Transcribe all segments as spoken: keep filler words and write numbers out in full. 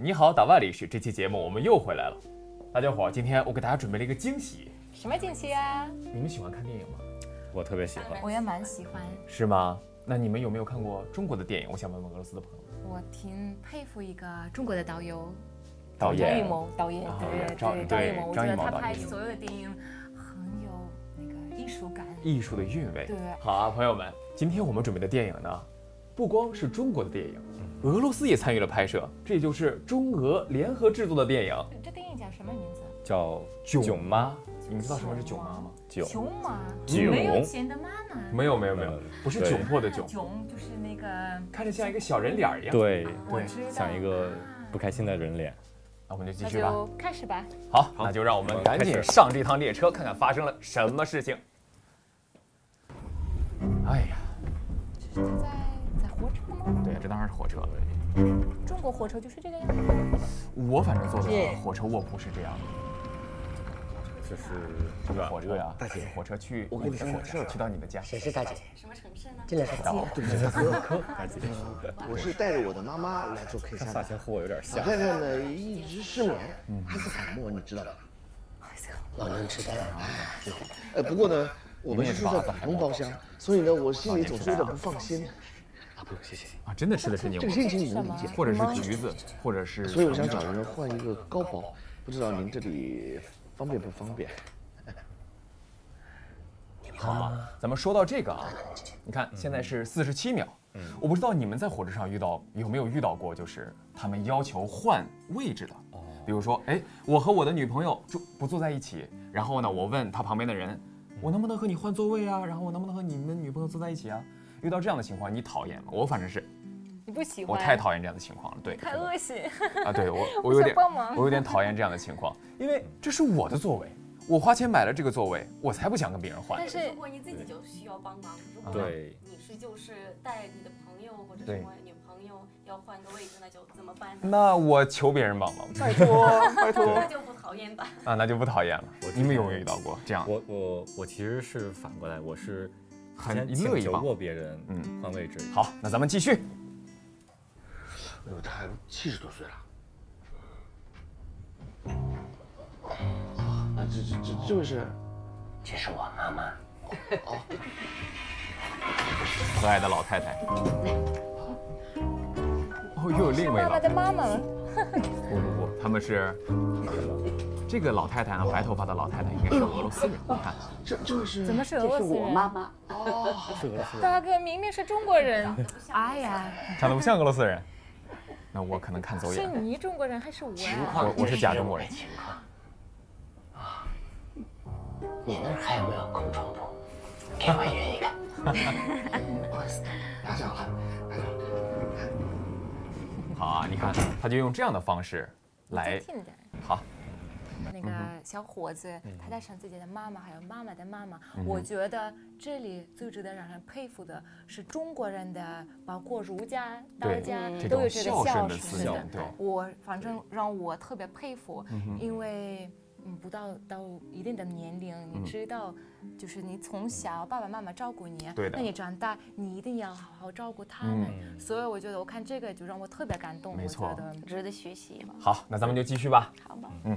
你好，打外历史这期节目我们又回来了。大家好，今天我给大家准备了一个惊喜。 什么惊喜啊？ 你们喜欢看电影吗？ 我特别喜欢。 我也蛮喜欢。 是吗？那你们有没有看过中国的电影？我想问问俄罗斯的朋友。 我挺佩服一个中国的导游， 导演张艺谋导演，对对，张艺谋，我觉得他拍所有的电影很有那个艺术感， 艺术的韵味。 对， 好啊，朋友们，今天我们准备的电影呢，不光是中国的电影，俄罗斯也参与了拍摄，这也就是中俄联合制作的电影。 这电影叫什么名字？ 叫囧囧妈。 你们知道什么是囧妈吗？ 囧囧妈， 囧没有钱的妈妈。 没有没有没有，不是窘迫的窘， 囧就是那个看着像一个小人脸一样。 对对， 像一个不开心的人脸。 那我们就继续吧。 那就开始吧。 好，那就让我们赶紧上这趟列车，看看发生了什么事情。哎呀， 这是在在火车吗？ 对，这当然是火车。 中国火车就是这个样。 我反正坐的火车卧铺是这样的。 这是这个火车呀， 大姐， 火车去我跟你说火车去到你的家。 谁是大姐？ 什么城市呢？ 进来是大姐， 对对，大哥， 大姐。 我是带着我的妈妈来做 K 三发型和我有点像。 老太太呢一直失眠，阿兹海默，你知道吧？老年痴呆啊。呃，不过呢，我们是住在普通包厢，所以呢，我心里总是有点不放心。啊，不用，谢谢。 啊，真的吃的是牛这个心情你能理解， 或者是橘子，或者是。 所以我想找人换一个高包，不知道您这里方便不方便？ 好嘛，咱们说到这个啊，你看现在是四十七秒，嗯，我不知道你们在火车上遇到有没有遇到过，就是他们要求换位置的，哦，比如说，哎，我和我的女朋友就不坐在一起，然后呢，我问他旁边的人，我能不能和你换座位啊？然后我能不能和你们女朋友坐在一起啊？遇到这样的情况，你讨厌吗？我反正是， 你不喜欢？ 我太讨厌这样的情况了，对， 太恶心啊，对我我有点我有点讨厌这样的情况，因为这是我的座位。我花钱买了这个座位，我才不想跟别人换。 但是如果你自己就需要帮忙，如果你是就是带你的朋友或者什么女朋友要换个位置，那就怎么办呢？ 那我求别人帮忙，拜托拜托。 那就不讨厌吧？ 啊，那就不讨厌了。你们有没有遇到过这样？ 我我我其实是反过来，我是很请求过别人嗯换位置。 好，那咱们继续。 哎呦，他七十多岁了。啊，这这这这位是， 这是我妈妈。 哦， 可爱的老太太。哦，又有另一位了。 妈妈的妈妈。 不不不，他们是这个老太太呢，白头发的老太太应该是俄罗斯人。你看， 这这位是怎么是俄罗斯人？ 这是我妈妈。 哦， 是俄罗斯人。 大哥明明是中国人。哎呀， 长得不像俄罗斯人。那我可能看走眼。 是你中国人还是我？ 我我是假中国人。 你那儿还有没有空床铺？给我匀一个。 不好意思，打扰了。 好啊，你看，他就用这样的方式来。好。 那个小伙子，他带上自己的妈妈，还有妈妈的妈妈。我觉得这里最值得让人佩服的是中国人的，包括儒家、道家都有这个孝顺的思想。我反正让我特别佩服，因为。嗯，不到到一定的年龄，你知道，就是你从小爸爸妈妈照顾你， 对的， 那你长大你一定要好好照顾他们。嗯、所以我觉得我看这个就让我特别感动， 没错， 我觉得值得学习。 好，那咱们就继续吧。 好吧。 嗯。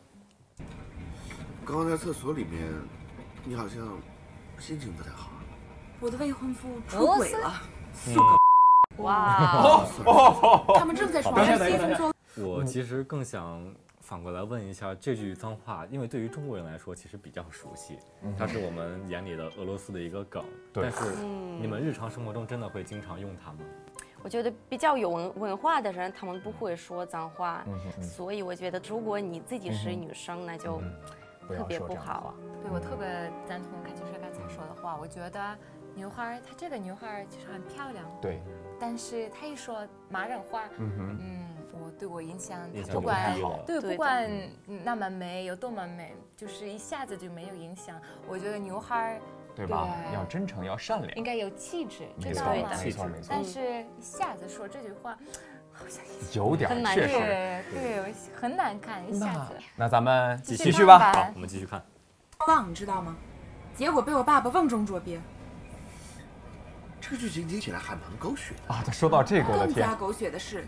刚刚在厕所里面，你好像心情不太好。 我的未婚夫出轨了，四个。 哇！ 他们正在床上兴风作浪。 我其实更想。反过来问一下，这句脏话，因为对于中国人来说，其实比较熟悉，它是我们眼里的俄罗斯的一个梗。但是你们日常生活中真的会经常用它吗？ 我觉得比较有文文化的人，他们不会说脏话，嗯、所以我觉得如果你自己是女生，嗯、那就特别不好啊。 对，我特别赞同卡秋莎刚才说的话，我觉得女孩，她这个女孩其实很漂亮， 对， 但是她一说骂人话，嗯嗯。我对我影响， 不管对不管那么美有多么美，就是一下子就没有影响。我觉得女孩对吧，要真诚，要善良， 应该有气质，知道吗？ 没错没错。 但是一下子说这句话，好像有点很难， 确实对，很难看。一下子， 那咱们继续吧。 好，我们继续看。 棒，你知道吗？结果被我爸爸瓮中捉鳖。 这个剧情听起来还蛮狗血的啊！他说到这个，我的天！ 更加狗血的是。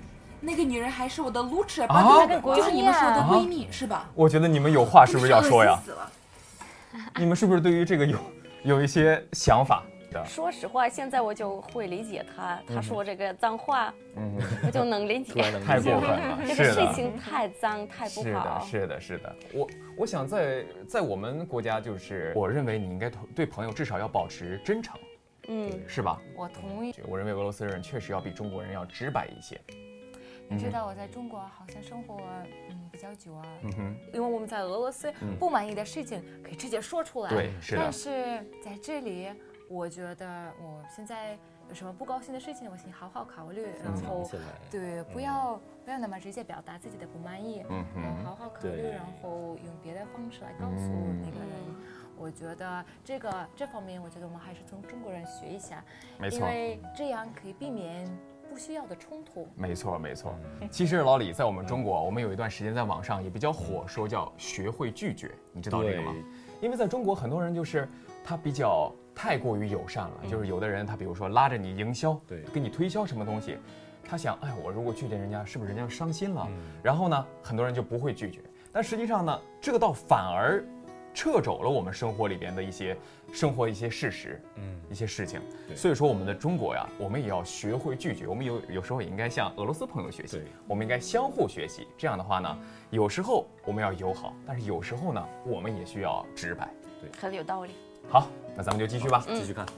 那个女人还是我的 Lucia， 啊， 就是你们说的闺蜜，是吧？ 我觉得你们有话是不是要说呀恶心死了？ 你们是不是对于这个有有一些想法？ 说实话，现在我就会理解他，他说这个脏话，嗯，我就能理解。 太过分了， 这个事情太脏太不好。 是的，是的，是的。我我想在在我们国家，就是我认为你应该对朋友至少要保持真诚，嗯，是吧？ 我同意。 我认为俄罗斯人确实要比中国人要直白一些。 你知道我在中国好像生活嗯比较久啊，嗯哼，因为我们在俄罗斯不满意的事情可以直接说出来， 对，是的。 但是在这里。我觉得我现在有什么不高兴的事情，我先好好考虑，然后对，不要不要那么直接表达自己的不满意，嗯嗯，好好考虑，然后用别的方式来告诉那个人。我觉得这个这方面，我觉得我们还是从中国人学一下， 没错， 因为这样可以避免不需要的冲突。 没错，没错。其实老李，在我们中国，我们有一段时间在网上也比较火，说叫学会拒绝，你知道这个吗？因为在中国，很多人就是他比较。太过于友善了，嗯、就是有的人他比如说拉着你营销，对，给你推销什么东西，他想，哎，我如果拒绝人家，是不是人家伤心了？嗯、然后呢，很多人就不会拒绝。但实际上呢，这个倒反而掣肘了我们生活里边的一些生活一些事实，嗯，一些事情。所以说，我们的中国呀，我们也要学会拒绝。我们有有时候也应该向俄罗斯朋友学习，我们应该相互学习。这样的话呢，有时候我们要友好，但是有时候呢，我们也需要直白。 对，很有道理。 好，那咱们就继续吧， 嗯、继续看。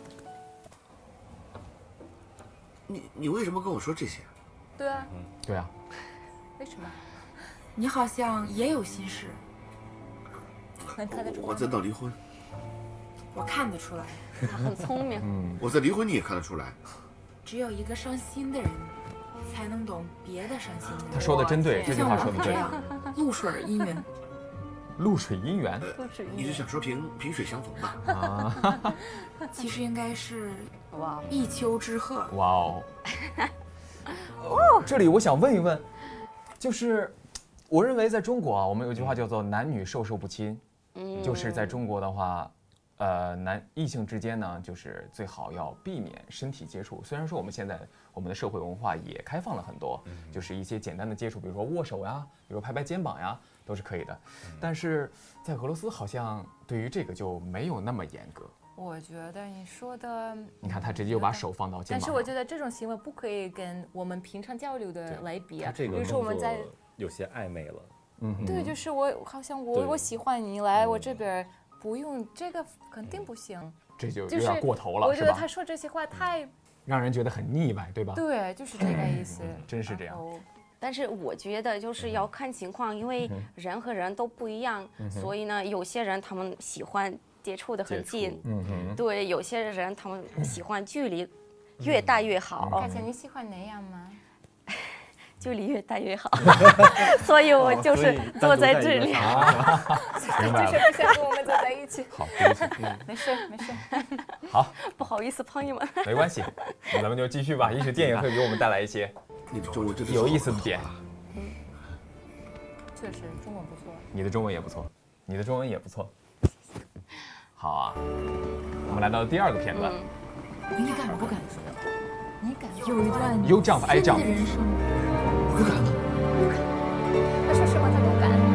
你你为什么跟我说这些？ 对啊， 嗯，对啊。 为什么？ 你好像也有心事。 能看得出来。 我在闹离婚。 我看得出来。 他很聪明。 嗯，我在离婚你也看得出来。 只有一个伤心的人，才能懂别的伤心的人。 他说的真对，这句话说的对。 露水姻缘。 露水姻缘， 你是想说萍萍水相逢吧？ 啊，其实应该是哇一丘之貉。 哇哦！哦，这里我想问一问，就是我认为在中国啊，我们有句话叫做“男女授受不亲”，嗯，就是在中国的话，呃，男异性之间呢，就是最好要避免身体接触。虽然说我们现在我们的社会文化也开放了很多，嗯、就是一些简单的接触，比如说握手呀，比如说拍拍肩膀呀。都是可以的，但是在俄罗斯好像对于这个就没有那么严格。 我觉得你说的， 你看他直接就把手放到肩膀上。 但是我觉得这种行为不可以跟我们平常交流的来比啊。 这个动作有些暧昧了。 嗯， 对，就是我好像我我喜欢你来我这边，不用这个肯定不行。 这就有点过头了， 我觉得他说这些话太让人觉得很腻歪，对吧？ 对，就是这个意思。 真是这样。 但是我觉得就是要看情况，因为人和人都不一样，嗯、所以呢，有些人他们喜欢接触的很近，嗯、对，有些人他们喜欢距离越大越好。 大姐，你喜欢那样吗？ 距离越大越好，所以我就是坐在这里。 明白了， 就是不想跟我们坐在一起。 好， 没事没事。 好， 不好意思，朋友们。 没关系，那咱们就继续吧。也许电影会给我们带来一些。 你的中文真的有意思的点， 嗯，确实中文不错。 你的中文也不错，你的中文也不错。好啊，我们来到第二个片段。 嗯、你敢不敢？ 你敢？ 有一段 You jump, I jump。 人生， 我敢， 我敢。他说什么他都敢。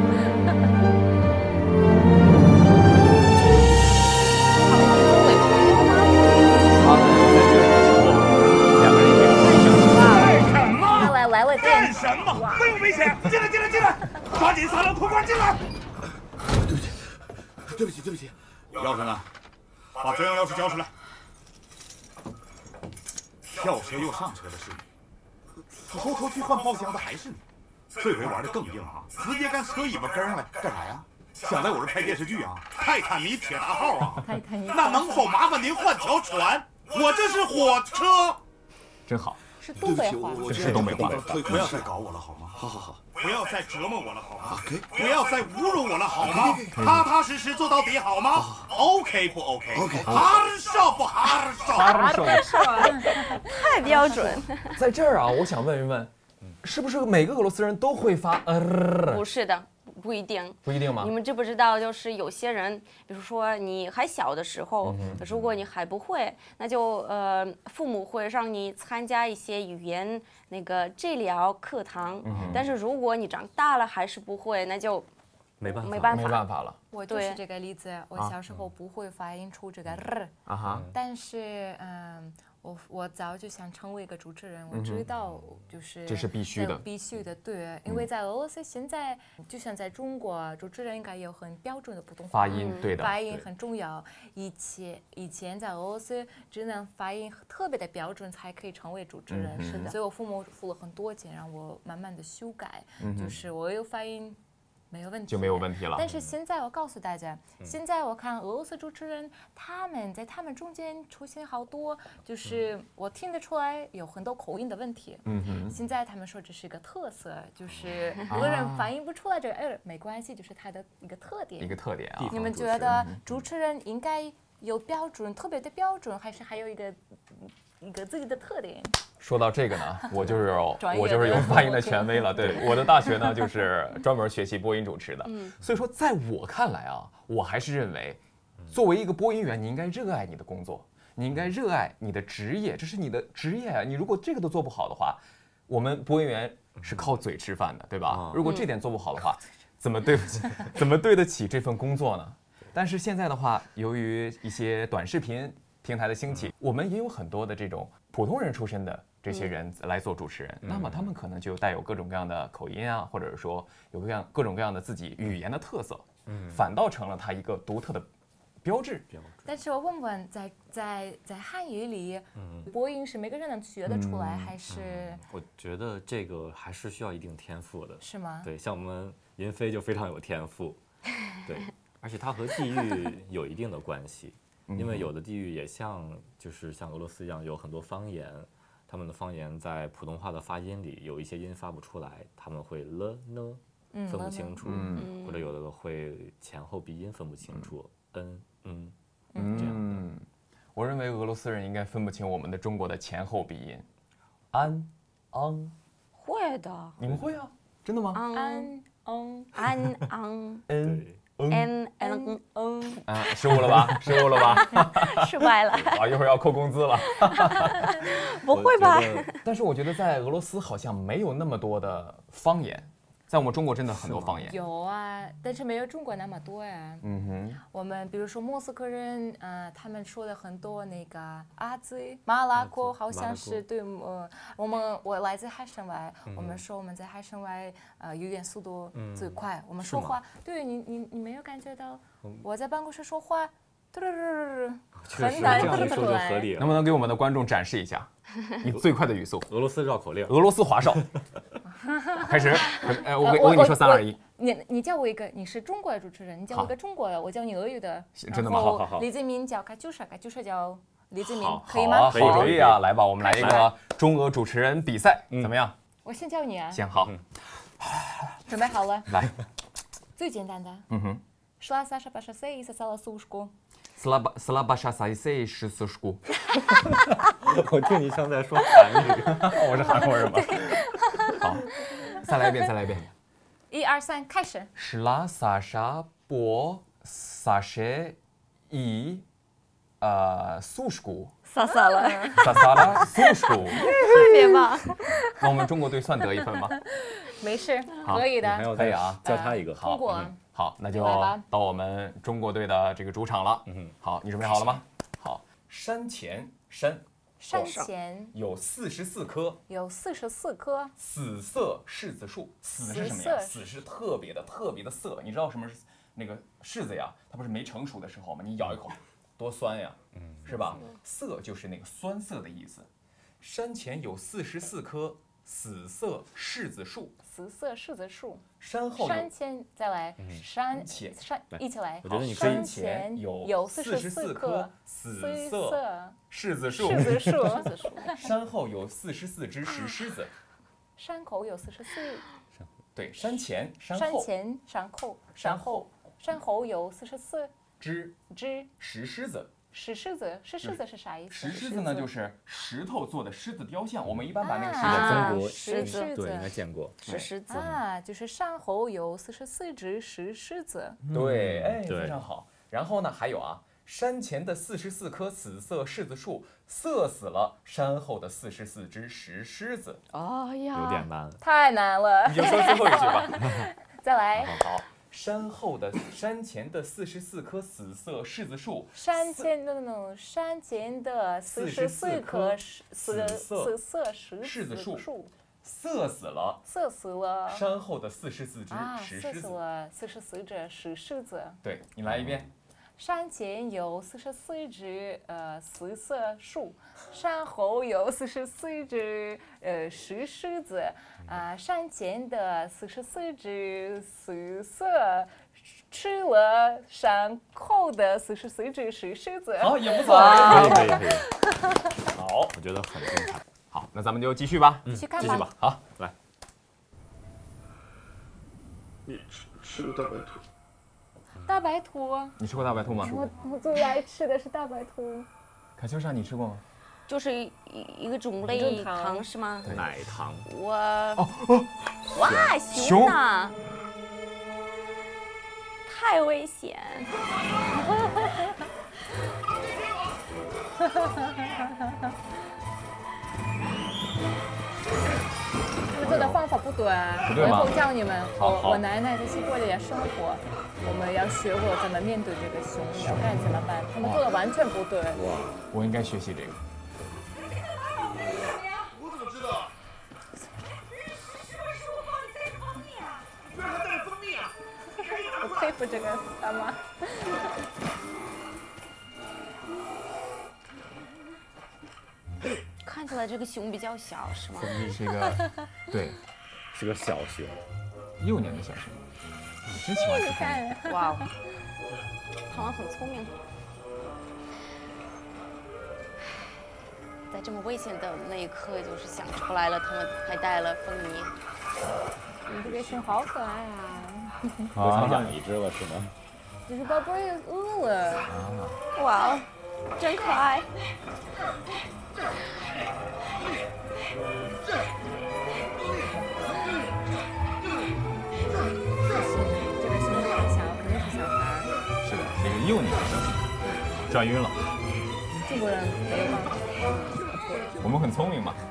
干什么？没有危险！进来，进来，进来！抓紧撒尿裤管进来！ 对不起，对不起，对不起。 钥匙呢？把专用钥匙交出来。跳车又上车的是你，偷偷去换包厢的还是你。这回玩的更硬啊！直接干车尾巴跟上来干啥呀？想在我这拍电视剧啊？泰坦尼铁达号啊？ 泰坦尼。 那能否麻烦您换条船？我这是火车。 真好。 是东北话， 这是东北话。 不要再搞我了好吗？ 好好好， 不要再折磨我了好吗？不要再侮辱我了好吗？踏踏实实做到底好吗 ？OK 不 OK？OK。哈少不哈少？ 哈少。 太标准。 在这儿啊，我想问一问，是不是每个俄罗斯人都会发呃？ 不是的， 不一定， 不一定吗？ 你们知不知道，就是有些人，比如说你还小的时候，嗯、如果你还不会，那就呃，父母会让你参加一些语言那个治疗课堂。嗯、但是如果你长大了还是不会，那就没办法， 没办法， 没办法了。 我就是这个例子，我小时候不会发音出这个 r， 啊哈， 但是嗯。我我早就想成为一个主持人，我知道就是这是必须的， 必须的，对，因为在俄罗斯现在，就像在中国，主持人应该有很标准的普通话发音，对的， 发音很重要。以前以前在俄罗斯，只能发音特别的标准才可以成为主持人，是的。所以我父母付了很多钱让我慢慢的修改，就是我有发音。没有问题， 就没有问题了。 但是现在我告诉大家，嗯、现在我看俄罗斯主持人，他们在他们中间出现好多，就是我听得出来有很多口音的问题。嗯哼。现在他们说这是一个特色，就是有人反应不出来这个，哎，没关系，就是它的一个特点。 一个特点啊。 你们觉得主持人应该有标准，特别的标准，还是还有一个一个自己的特点？ 说到这个呢，我就是有我就是有发音的权威了。对，我的大学呢就是专门学习播音主持的。嗯，所以说在我看来啊，我还是认为，作为一个播音员，你应该热爱你的工作，你应该热爱你的职业，这是你的职业啊。你如果这个都做不好的话，我们播音员是靠嘴吃饭的，对吧？如果这点做不好的话，怎么对不起，怎么对得起这份工作呢？但是现在的话，由于一些短视频平台的兴起，我们也有很多的这种普通人出身的这些人来做主持人，嗯、那么他们可能就带有各种各样的口音啊，或者说有各样各种各样的自己语言的特色，嗯，反倒成了他一个独特的标志。 但是我问问，在在在汉语里，嗯、播音是每个人能学得出来，嗯、还是、 嗯？我觉得这个还是需要一定天赋的。 是吗？ 对，像我们银飞就非常有天赋，对，而且它和地域有一定的关系，因为有的地域也像就是像俄罗斯一样有很多方言。他们的方言在普通话的发音里有一些音发不出来，他们会了呢分不清楚，嗯、或者有的会前后鼻音分不清楚，嗯嗯嗯这样的。 我认为俄罗斯人应该分不清我们的中国的前后鼻音，安昂。 会的。 你们会啊？真的吗？ 安昂安昂嗯。 嗯嗯嗯， 啊，失误了吧？失误了吧？ 失败了。 啊，一会儿要扣工资了。 不会吧？ 但是我觉得在俄罗斯好像没有那么多的方言，在我们中国真的很多方言。 有啊，但是没有中国那么多呀。嗯哼。我们比如说莫斯科人，呃，他们说的很多那个阿兹马拉国，好像是对，呃，我们我来自海参崴，嗯、我们说我们在海参崴，呃，语言速度最快。嗯、我们说话，对你你你没有感觉到我在办公室说话？ 很难说出来。 能不能给我们的观众展示一下你最快的语速？ 俄罗斯绕口令， 俄罗斯华少。开始，呃，我我跟你说三二一。 你你叫我一个，你是中国的主持人，你叫我一个中国的，我叫你俄语的。 真的吗？好好好。 李子明叫卡朱莎，卡朱莎叫李子明，可以吗？ 好主意啊！来吧，我们来一个中俄主持人比赛，怎么样？ 我先叫你啊。 行，好。 准备好了。 来。 最简单的。嗯哼。Шла Саша по шоссе и сосала сушку. Слаба шоссе и сушку. 我听你像在说韩语， 我是韩国人吗？好，再来一遍，再来一遍。 一二三，开始。 Шла Саша по шоссе и呃сушку. 撒撒了。 撒撒了сушку. 特别棒。 那我们中国队算得一分吗？ 没事，可以的。 可以啊， 教他一个。 通过。 好，那就到我们中国队的这个主场了。嗯，好，你准备好了吗？好，山前山， 山前有四十四棵， 有四十四棵死色柿子树。死是什么呀？死是特别的特别的涩。你知道什么是那个柿子呀？它不是没成熟的时候吗？你咬一口，多酸呀，嗯，是吧？涩就是那个酸涩的意思。山前有四十四棵死色柿子树。 死色柿子树。 山后山前再来，山前山一起来。 我觉得你可以。 山前有四十四棵死色柿子树。 柿子树。柿子树。 山后有四十四只石狮子。 山口有四十四。 对，山前山后。山前山后山后山后有四十四只只石狮子。 石狮子，石狮子是啥意思？ 石狮子呢，就是石头做的狮子雕像。我们一般把那个石在头中国石狮子， 对，应该见过石狮子啊，就是山后有四十四只石狮子。 对，哎，非常好。然后呢，还有啊，山前的四十四棵紫色柿子树，射死了山后的四十四只石狮子。 哦呀， 有点难， 太难了。 你就说最后一句吧。 再来。 好。山后的山前的四十四棵紫色柿子树， 山前的那山前的四十四棵紫色柿子树， 射死了， 射死了山后的四十四只石狮子， 射死了四十四只石狮子。 对，你来一遍。 山前有四十四只呃紫色树，山后有四十四只呃石狮子，啊、呃，山前的四十四只紫色吃了山后的四十四只石狮子。 好，也不错， 可以可以可以。 好， 我觉得很精彩。 好，那咱们就继续吧， 继续看吧， 继续吧。好，来。 你吃吃过大白兔？ 大白兔， 你吃过大白兔吗？ 我我最爱吃的是大白兔。 卡秋莎，你吃过吗？ 就是一一个种类糖是吗？ 奶糖。 我哦哦， 哇，熊呢？太危险！ 你们做的方法不对，我以后教你们。我我奶奶在西伯利亚生活，我们要学过怎么面对这个熊，要该怎么办。他们做的完全不对。 哇，我应该学习这个。 我怎么知道？居然还带着蜂蜜啊！ 我佩服这个大妈。 看起来这个熊比较小，是吗？ 是一个，对， 是个小熊， 幼年的小熊。你真喜欢吃蜂蜜？ 哇，他们很聪明。在这么危险的那一刻，就是想出来了，他们还带了蜂蜜。 你这个熊好可爱啊！ 我想养一只了，是吗？ 就是宝贝儿饿了。 啊！ 哇，真可爱。 这个熊很小，肯定是小孩。 是的，是一个幼年的小熊，转晕了。 中国人没有办法。 我们很聪明嘛。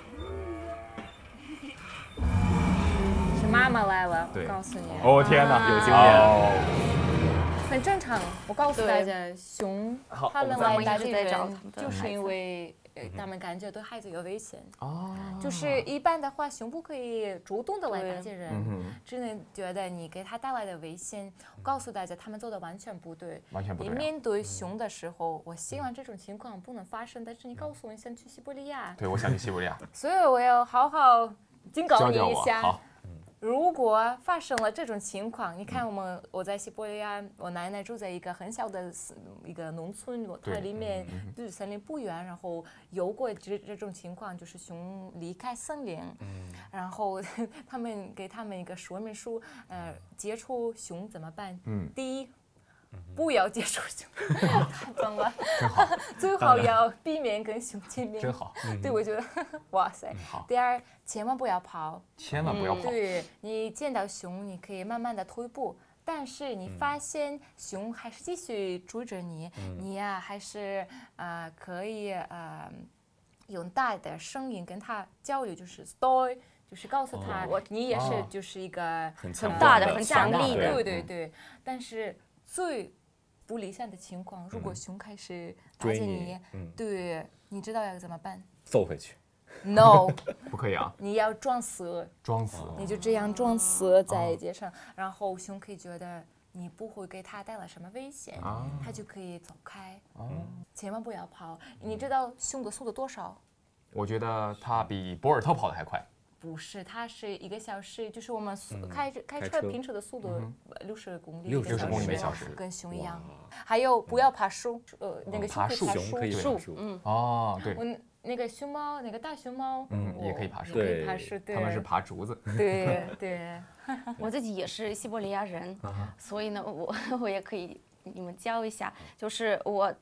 是妈妈来了， 对， 告诉你。 哦天哪， 有经验。 很正常，我告诉大家，熊他们来大地人，就是因为他们感觉对孩子有危险。哦。就是一般的话，熊不可以主动的来打击人，只能觉得你给他带来的危险。我告诉大家，他们做的完全不对。 完全不对。 你面对熊的时候，我希望这种情况不能发生，但是你告诉我你想去西伯利亚。 对，我想去西伯利亚。 所以我要好好警告你一下。 好。 如果发生了这种情况，你看我们我在西伯利亚，我奶奶住在一个很小的一个农村，它里面离森林不远，然后有过这这种情况，就是熊离开森林，然后他们给他们一个说明书，呃，接触熊怎么办？嗯，第一。不要接触熊，太棒了，最好要避免跟熊见面。 真好， 对，我觉得，哇塞。 好。 第二，千万不要跑， 千万不要跑。 对，你见到熊，你可以慢慢的退步，但是你发现熊还是继续追着你，你呀还是啊可以呃用大的声音跟他交流，就是 stop。就是告诉他，我你也是就是一个很大的、很强力的， 对对对。但是最不理想的情况，如果熊开始打击你，对，你知道要怎么办？ 揍回去。 No， 不可以啊！ 你要装死， 装死， 你就这样装死在街上，然后熊可以觉得你不会给他带来什么危险，他就可以走开。千万不要跑。你知道熊的速度多少？ 我觉得它比博尔特跑得还快。 不是，它是一个小时，就是我们开开车平时的速度六十公里， 六十公里每小时， 跟熊一样。还有不要爬树，呃，那个爬树， 熊可以爬树， 嗯， 哦，对。 我那个熊猫，那个大熊猫， 嗯，也可以爬树， 可以爬树，对。 他们是爬竹子。 对对。 我自己也是西伯利亚人，所以呢，我我也可以你们教一下，就是我。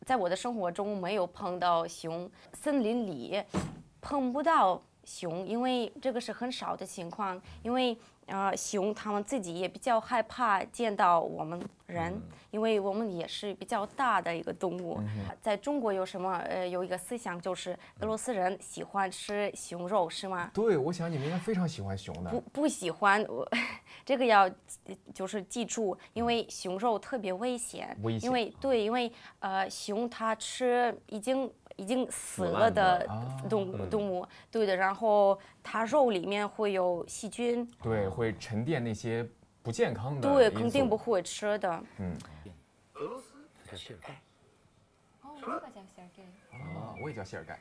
在我的生活中没有碰到熊，森林里碰不到熊，因为这个是很少的情况，因为呃熊它们自己也比较害怕见到我们人，嗯、因为我们也是比较大的一个动物。嗯、在中国有什么呃有一个思想就是俄罗斯人喜欢吃熊肉是吗？ 对，我想你们应该非常喜欢熊的。 不不喜欢，我这个要就是记住，因为熊肉特别危险。 危险。 因为对，因为呃熊它吃已经。已经死了的动物，动物，对的。然后它肉里面会有细菌， 对，会沉淀那些不健康的。 对，肯定不会吃的。 嗯。 俄罗斯叫谢尔盖。 哦，我也叫谢尔盖。 啊，我也叫谢尔盖。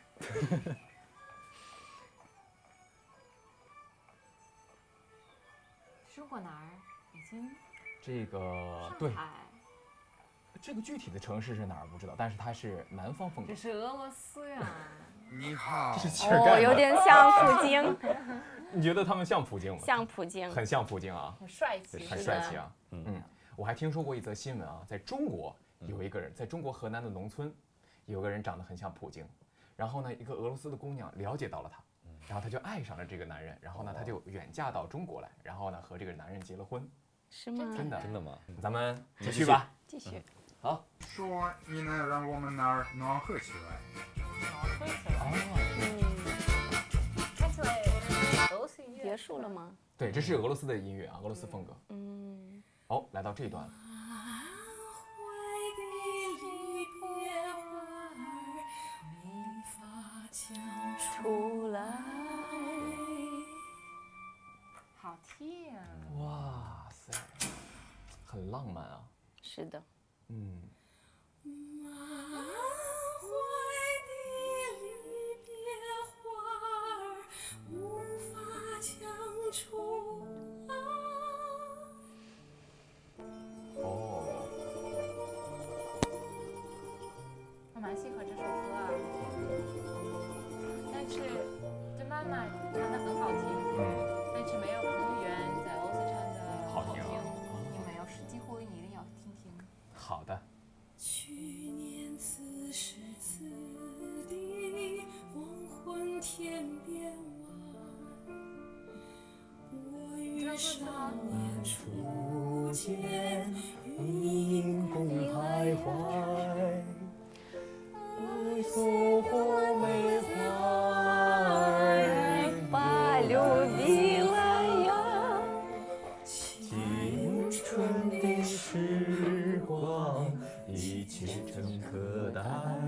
生活哪儿？北京。 这个对。这个具体的城市是哪儿不知道，但是它是南方风格。 这是俄罗斯呀！ 你好， 这是谢尔盖。 哦，有点像普京。 你觉得他们像普京吗？ 像普京， 很像普京啊， 很帅气， 很帅气啊。嗯嗯，我还听说过一则新闻啊，在中国有一个人，在中国河南的农村，有个人长得很像普京，然后呢，一个俄罗斯的姑娘了解到了他，然后他就爱上了这个男人，然后呢，他就远嫁到中国来，然后呢，和这个男人结了婚。 是吗？ 真的， 真的吗？ 咱们继续吧， 继续。 好， 说你能让我们那儿暖和起来。 暖和起来。 嗯。 看起来俄罗斯音乐结束了吗？ 对，这是俄罗斯的音乐啊，俄罗斯风格。 嗯。 好，来到这一段。 出来。 好听。 哇塞，很浪漫啊。 是的。 嗯。 满怀的离别花，无法讲出来。 哦。 我蛮喜欢这首歌啊，但是这妈妈唱的很好听，嗯，但是没有彭于晏在俄罗斯唱的好听。你们要是机会，一定要听听。 好的。 去年此时此地，黄昏天边晚，我与少年初见，因共徘徊。 苏湖梅花把留比来呀， 青春的时光一切成可待，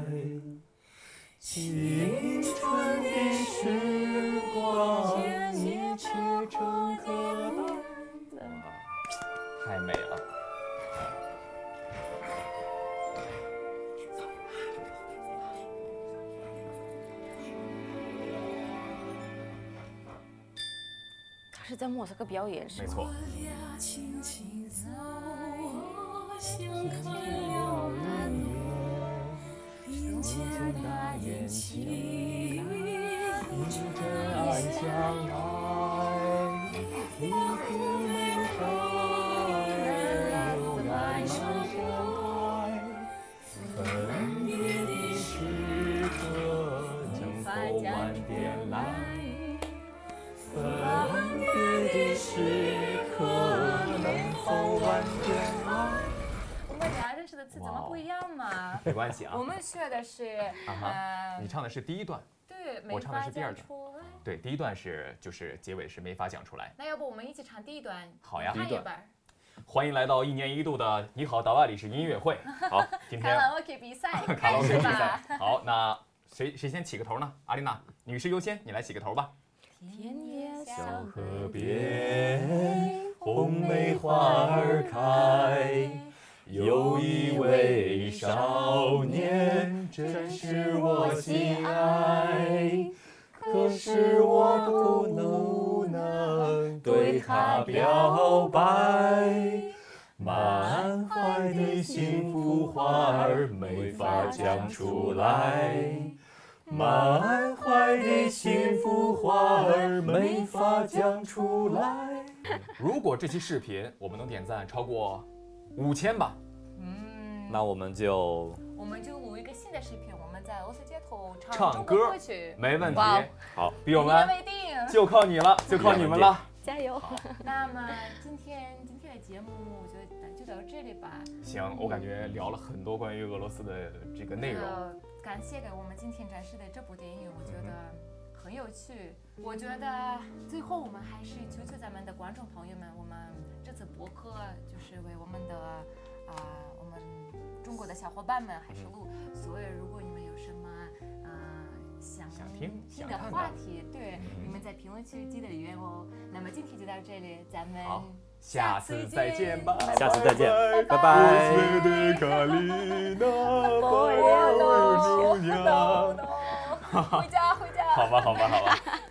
青春的时光一切成可待。太美了。 是在莫斯科表演是吗？ 没错。 迎接那眼睛，一阵暗香来，一个梅花又慢慢盛开，分别的时刻能否晚点来？分别的时刻能否晚点来？ 我们俩认识的词怎么不一样嘛？ 没关系啊。 我们学的是， 呃，你唱的是第一段， 对， 我唱的是第二段。对，第一段是就是结尾是没法讲出来。 那要不我们一起唱第一段？ 好呀， 第一段。 欢迎来到一年一度的你好，达瓦里是音乐会。好，今天卡拉 OK 比赛卡拉 OK 比赛。好，那谁谁先起个头呢？阿丽娜，女士优先，你来起个头吧。 田野小河边，红梅花儿开，有一位少年，真是我心爱。可是我不能对他表白，满怀的幸福话儿没法讲出来。满怀的幸福话儿没法讲出来。如果这期视频我们能点赞超过五千吧， 嗯，那我们就我们就录一个新的视频，我们在俄罗斯街头唱中国歌歌曲， 没问题。 好， 比我们为定， 就靠你了，就靠你们了， 加油！ 那么今天今天的节目，我觉得就到这里吧。 行，我感觉聊了很多关于俄罗斯的这个内容。 感谢给我们今天展示的这部电影，我觉得很有趣。我觉得最后我们还是求求咱们的观众朋友们，我们这次播客就是为我们的啊、呃、我们中国的小伙伴们还是录，所以如果你们有什么啊、呃、想想听新的话题，对，你们在评论区记得留言哦。那么今天就到这里，咱们下次再见吧， 下次再见，拜拜。回家回家。 好吧好吧好吧。